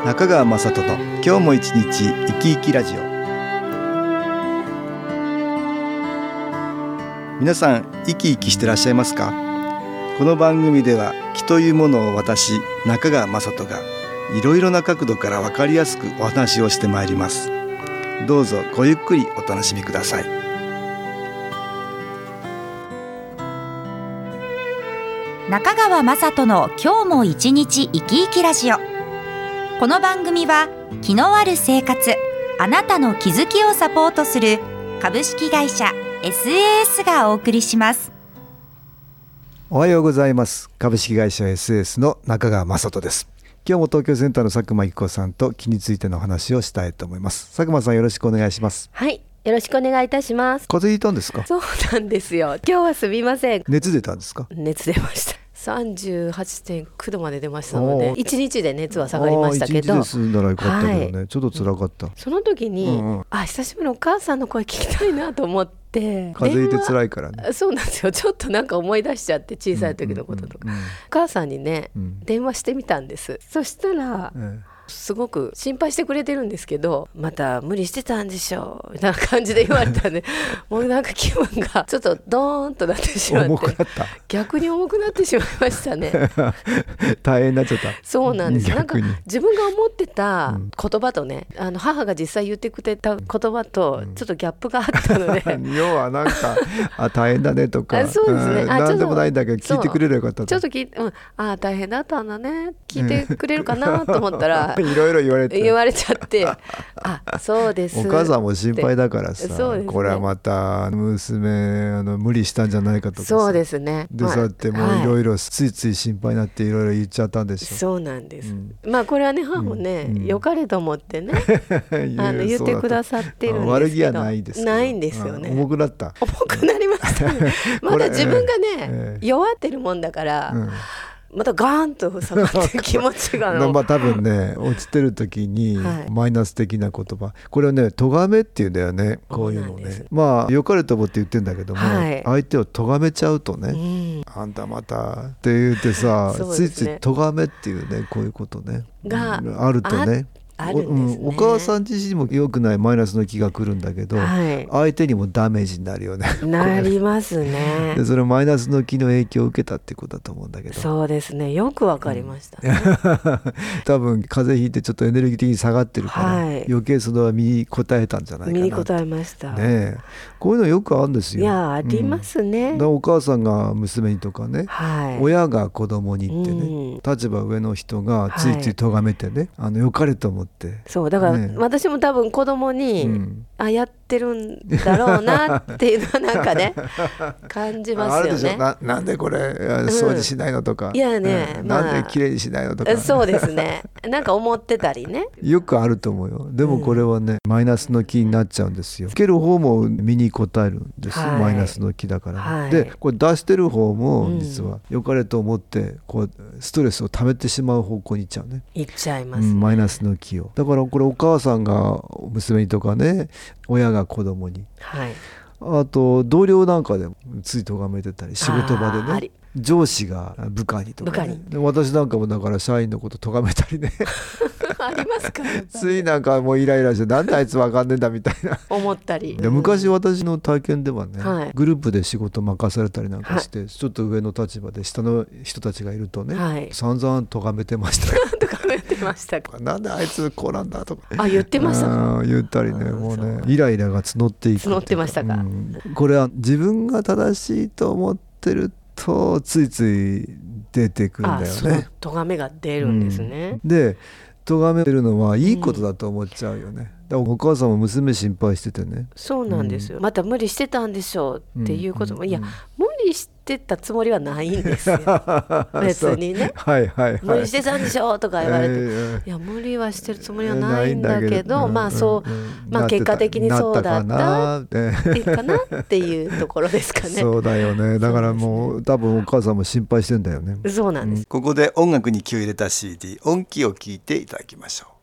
中川雅人の今日も一日生き生きラジオ。皆さん生き生きしてらっしゃいますか？この番組では気というものを私中川雅人がいろいろな角度から分かりやすくお話をしてまいります。どうぞごゆっくりお楽しみください。 中川雅人の今日も一日生き生きラジオ。この番組は気のある生活、あなたの気づきをサポートする株式会社 SAS がお送りします。 おはようございます。株式会社 SAS の中川雅人です。今日も東京センターの佐久間由紀子さんと気についての話をしたいと思います。佐久間さん、よろしくお願いします。 はい、よろしくお願いいたします。 風邪ひいたんですか？ そうなんですよ。今日はすみません。 熱出たんですか？ 熱出ました。38.9 度まで出ましたので1日で熱は下がりましたけど、 1日で済んだらよかったけどね、ちょっと辛かった。 その時に、久しぶりのお母さんの声聞きたいなと思って、 風邪ひいて辛いからね。 そうなんですよ。ちょっとなんか思い出しちゃって、小さい時のこととか、お母さんにね、電話してみたんです。そしたら、すごく心配してくれてるんですけど、また無理してたんでしょみたいな感じで言われたんでもうなんか気分がちょっとドーンとなってしまって、 重くなった。 逆に重くなってしまいましたね大変になっちゃった。 そうなんです。なんか自分が思ってた言葉とね、母が実際言ってくれた言葉とちょっとギャップがあったので要はなんか大変だねとかそうですね、 なんでもないんだけど聞いてくれればよかったと。 ちょっと大変だったんだね、聞いてくれるかなと思ったらいろいろ言われちゃってそうです。 お母さんも心配だからさ、 ね、 これはまた娘無理したんじゃないかとかさ。 そうですね。 で、そうやってもういろいろついつい心配になっていろいろ言っちゃったんでしょ。 そうなんです、これはね、母もね、良かれと思ってね言ってくださってるんですけど、 悪気はないですけど、 ないんですよね。 重くなった。 重くなりましたねまだ自分がね、弱ってるもんだから、またガーンと下がって気持ちが多分ね、落ちてる時にマイナス的な言葉、これはね、咎めっていうんだよね。こういうのね、良かれと思って言ってんだけども、相手を咎めちゃうとね、あんたまたって言ってさ、ついつい咎めっていうね、こういうことねがあるとね、お母さん自身も良くないマイナスの気が来るんだけど、相手にもダメージになるよねなりますね。 で、それマイナスの気の影響を受けたってことだと思うんだけど。 そうですね、よくわかりましたね多分風邪ひいてちょっとエネルギー的に下がってるから、余計それは身に応えたんじゃないかな。 身に応えましたね。こういうのよくあるんですよ。 いや、ありますね。 お母さんが娘にとかね、親が子供にってね、立場上の人がついつい咎めてね、良かれと思って。 そうだから、私も多分子供に、やってるんだろうなっていうのはなんかね感じますよね。 あるでしょ。なんでこれ掃除しないのとか、 いやね、 なんできれいにしないのとか、 そうですね、なんか思ってたりねよくあると思うよ。でもこれはね、マイナスの気になっちゃうんですよ。受ける方も身に応えるんです、マイナスの気だから、でこれ出してる方も実は良かれと思ってこうストレスを溜めてしまう方向にいっちゃうね。 いっちゃいますね、 マイナスの気を。だからこれお母さんが娘にとかね、親が子供に、あと同僚なんかでもつい咎めてたり、仕事場でね、上司が部下にとか、で私なんかもだから社員のこと咎めたりねありますかね。 ついなんかもうイライラして、なんであいつわかんねえんだみたいな思ったり。 で、昔私の体験ではね、グループで仕事任されたりなんかして、ちょっと上の立場で下の人たちがいるとね、散々咎めてましたよ咎めてましたか。 なんであいつこうなんだとか言ってましたか。 言ったりね、もうね、イライラが募っていく。 募ってましたか。 これは自分が正しいと思ってるとついつい出てくるんだよね。 その咎めが出るんですね。 で、咎めるのはいいことだと思っちゃうよね。だからお母さんも娘心配しててね。 そうなんですよ。また無理してたんでしょうっていうことも、いや無理してたつもりはないんですよ別にね無理してたんでしょとか言われて、いや無理はしてるつもりはないんだけど、結果的にそうだったっていうかなっていうところですかね。 そうだよね。だからもう多分お母さんも心配してんだよね。 そうなんです。 ここで音楽に気を入れた CD 音気を聴いていただきましょう。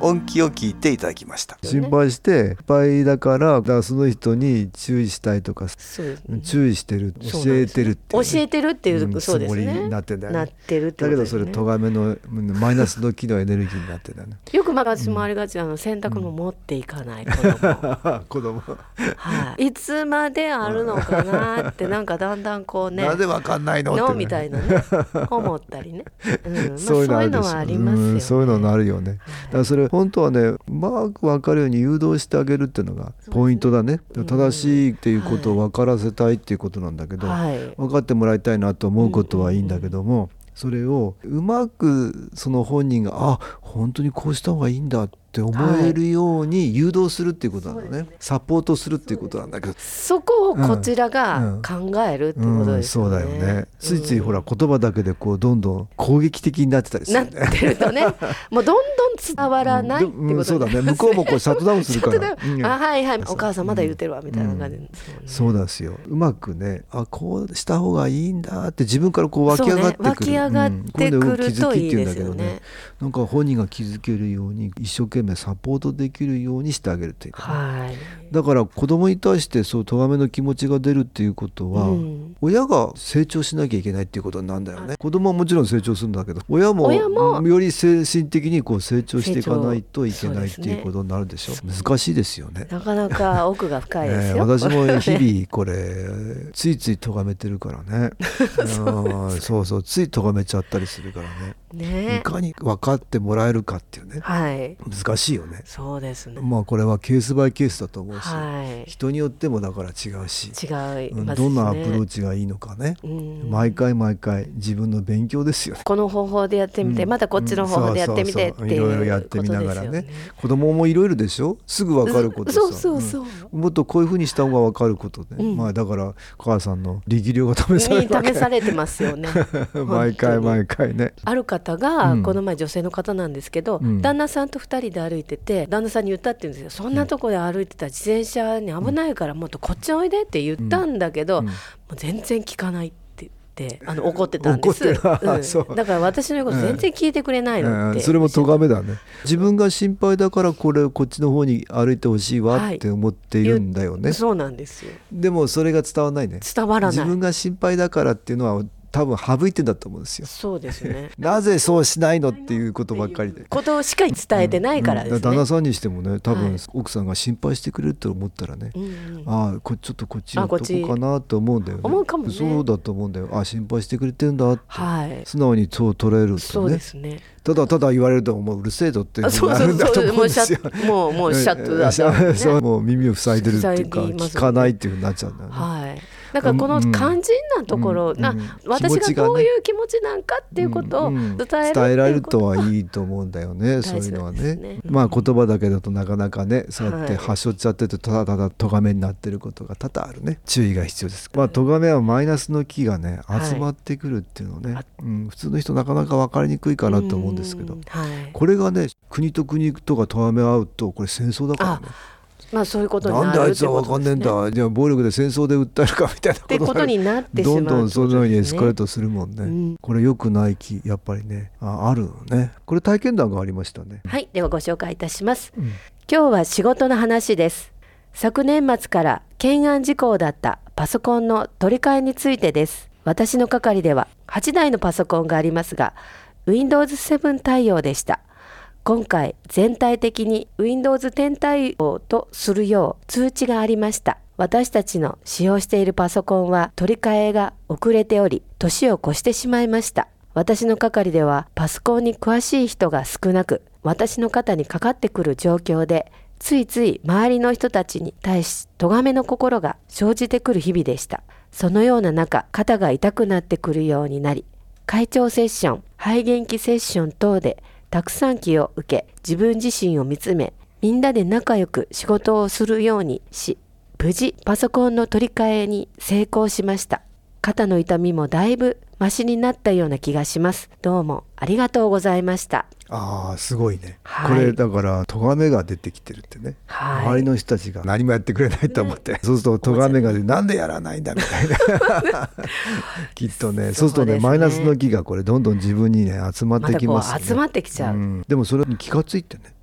音気を聞いていただきました。心配して失敗だからその人に注意したいとか、注意してる、教えてるっていう、ね、 教えてるっていう、そうですね、 つもりになってんだよね。 なってるってことですね。 だけどそれ咎めのマイナスの機能エネルギーになってんだよね。 よく私もありがちなの、洗濯も持っていかない子供はい、いつまであるのかなってなんかだんだんこうね、 なんでわかんないのって、 みたいなね思ったりね、そういうのはありますよね。 そういうのなるよね。だからそれ本当はね、うまく分かるように誘導してあげるっていうのがポイントだね。正しいっていうことを分からせたいっていうことなんだけど、分かってもらいたいなと思うことはいいんだけども、それをうまくその本人が本当にこうした方がいいんだって思えるように誘導するっていうことなんだね。サポートするっていうことなんだけど、 そこをこちらが考えるってことですよね。 そうだよね。ついついほら言葉だけでこうどんどん攻撃的になってたりするね。 なってるとね、もうどんどん伝わらないってことそうだね。向こうもこうシャットダウンするから。 はいはい、お母さんまだ言ってるわみたいな感じ。 そうですよ。うまくね、こうした方がいいんだって自分からこう湧き上がってくる。 湧き上がってくるといいですよね。 なんか本人が気づけるように一生懸命サポートできるようにしてあげるというか、だから子供に対してそう咎めの気持ちが出るっていうことは、親が成長しなきゃいけないっていうことなんだよね。子供はもちろん成長するんだけど、親もより精神的にこう成長していかないといけないっていうことになるでしょ。難しいですよね。 なかなか奥が深いですよ。 私も日々これついつい咎めてるからねそうそう、つい咎めちゃったりするからね。いかに分かってもらえるかっていうね、難しいよね。 そうですね。 これはケースバイケースだと思うし、人によってもだから違うし、どんなアプローチがいいのかね、毎回自分の勉強ですよね。 この方法でやってみて、またこっちの方法でやってみてっていうことですよね。 いろいろやってみながらね。子供もいろいろでしょ。すぐ分かることさ、もっとこういうふうにした方が分かることね。だから母さんの力量が試されるわけ。 試されてますよね毎回ね。 ある方が、この前女性の方なんですけど、旦那さんと2人で歩いてて、旦那さんに言ったって言うんですよ。そんなとこで歩いてたら自転車に危ないからもっとこっちおいでって言ったんだけど、もう全然聞かないって言って怒ってたんです。だから私の言うこと全然聞いてくれないのって、 それも咎めだね。自分が心配だからこっちの方に歩いてほしいわって思っているんだよね。 そうなんですよ。 でもそれが伝わらないね。 伝わらない。 自分が心配だからっていうのは多分省いてんだと思うんですよ。 そうですね。 なぜそうしないのっていうことばっかりで、 ことしか伝えてないからですね。 旦那さんにしてもね、多分奥さんが心配してくれると思ったらね、ちょっとこっちのとこかなと思うんだよね。 思うかもね。 そうだと思うんだよ。心配してくれてるんだって、素直にそう捉えるとね。 そうですね。 ただ言われるともううるせえぞってなるんだと思うんですよ。 もうシャットだと、 もう耳を塞いでるっていうか、聞かないっていうふうになっちゃうんだよね。 だからこの肝心なところ、私がどういう気持ちなんかっていうことを伝えられるとはいいと思うんだよね。そういうのはね。言葉だけだとなかなかね、そうやってはしょっちゃっててただ咎めになってることが多々あるね。注意が必要です。咎めはマイナスの気がね集まってくるっていうのね、普通の人なかなか分かりにくいかなと思うんですけど、これがね国と国とか咎め合うとこれ戦争だからね。 そういうことになるなんであいつは分かんねえんだ、じゃあ暴力で戦争で訴えるかみたいなことになってしまう。 どんどんそのようにエスカレートするもんね。これ良くない気やっぱりねあるのね。これ体験談がありましたね。 はい、ではご紹介いたします。今日は仕事の話です。昨年末から懸案事項だったパソコンの取り替えについてです。私の係では8台のパソコンがありますが Windows 7対応でした。今回全体的に Windows 10対応とするよう通知がありました。私たちの使用しているパソコンは取り替えが遅れており、年を越してしまいました。私の係ではパソコンに詳しい人が少なく、私の肩にかかってくる状況で、ついつい周りの人たちに対し咎めの心が生じてくる日々でした。そのような中、肩が痛くなってくるようになり、会長セッション、肺元気セッション等でたくさん気を受け、自分自身を見つめ、みんなで仲良く仕事をするようにし、無事パソコンの取り替えに成功しました。肩の痛みもだいぶマシになったような気がします。どうもありがとうございました。 すごいね、これだから咎めが出てきてるってね、周りの人たちが何もやってくれないと思って、そうすると咎めがなんでやらないんだみたいなきっとね、そうするとねマイナスの気がこれどんどん自分にね集まってきますよね。 集まってきちゃう、 でもそれに気がついてね、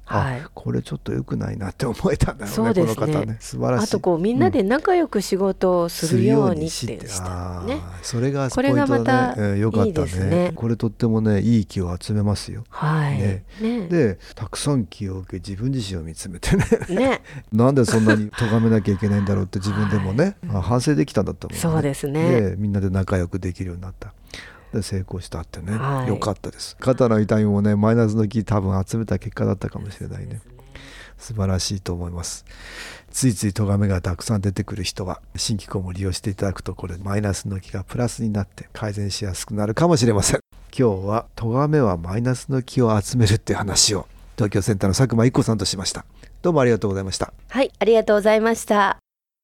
はい、これちょっと良くないなって思えたんだろうね。そうですね、この方ね、素晴らしい。 あとこうみんなで仲良く仕事をするようにってしたね、 それがポイントだね。これがまた良かったね。いいですね。これとってもね、いい気を集めますよ。 はい。 ね。で、たくさん気を受け自分自身を見つめてね。なんでそんなに咎めなきゃいけないんだろうって自分でもね、反省できたんだと思う、ね。 そうですね。 で、みんなで仲良くできるようになった。で成功したってね、良かったです。肩の痛みもね、マイナスの気多分集めた結果だったかもしれないね。素晴らしいと思います。ついつい咎めがたくさん出てくる人は新機構も利用していただくと、これマイナスの気がプラスになって改善しやすくなるかもしれません。今日は咎めはマイナスの気を集めるっていう話を東京センターの佐久間一子さんとしました。どうもありがとうございました。 はい、ありがとうございました。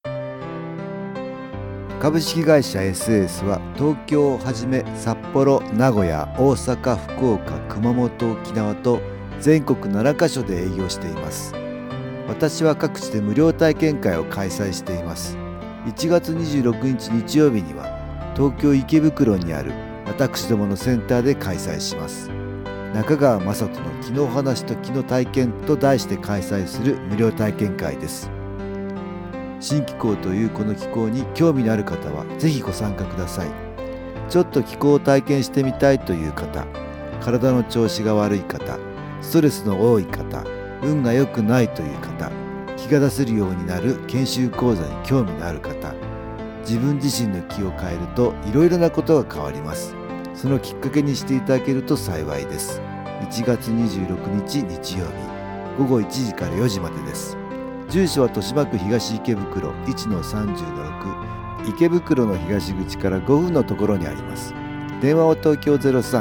株式会社 SS は東京をはじめ札幌、名古屋、大阪、福岡、熊本、沖縄と全国7カ所で営業しています。私は各地で無料体験会を開催しています。1月26日日曜日には東京池袋にある私どものセンターで開催します。中川雅人の気の話と気の体験と題して開催する無料体験会です。新気候というこの気候に興味のある方はぜひご参加ください。ちょっと気候を体験してみたいという方、体の調子が悪い方、ストレスの多い方、運が良くないという方、気が出せるようになる研修講座に興味のある方、自分自身の気を変えるといろいろなことが変わります。そのきっかけにしていただけると幸いです。1月26日日曜日午後1時から4時までです。住所は豊島区東池袋 1-30-6、 池袋の東口から5分のところにあります。電話は東京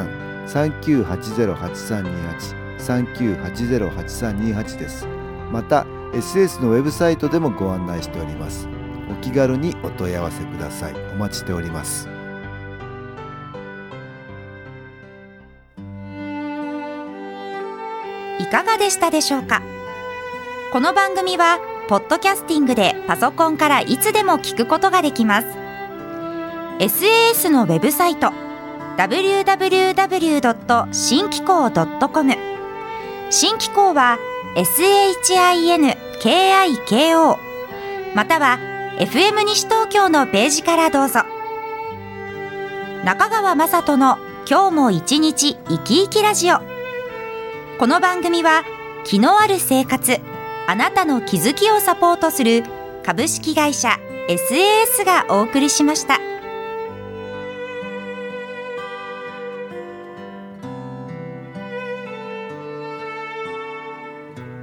03-3980-8328 3980-8328 です。また SS のウェブサイトでもご案内しております。お気軽にお問い合わせください。お待ちしております。 いかがでしたでしょうか。この番組はポッドキャスティングでパソコンからいつでも聞くことができます。 SAS のウェブサイト www.新機構 .com、 新機構は SHINKIKO、 または FM 西東京のページからどうぞ。中川雅人の今日も一日生き生きラジオ。この番組は気のある生活、あなたの気づきをサポートする株式会社 SAS がお送りしました。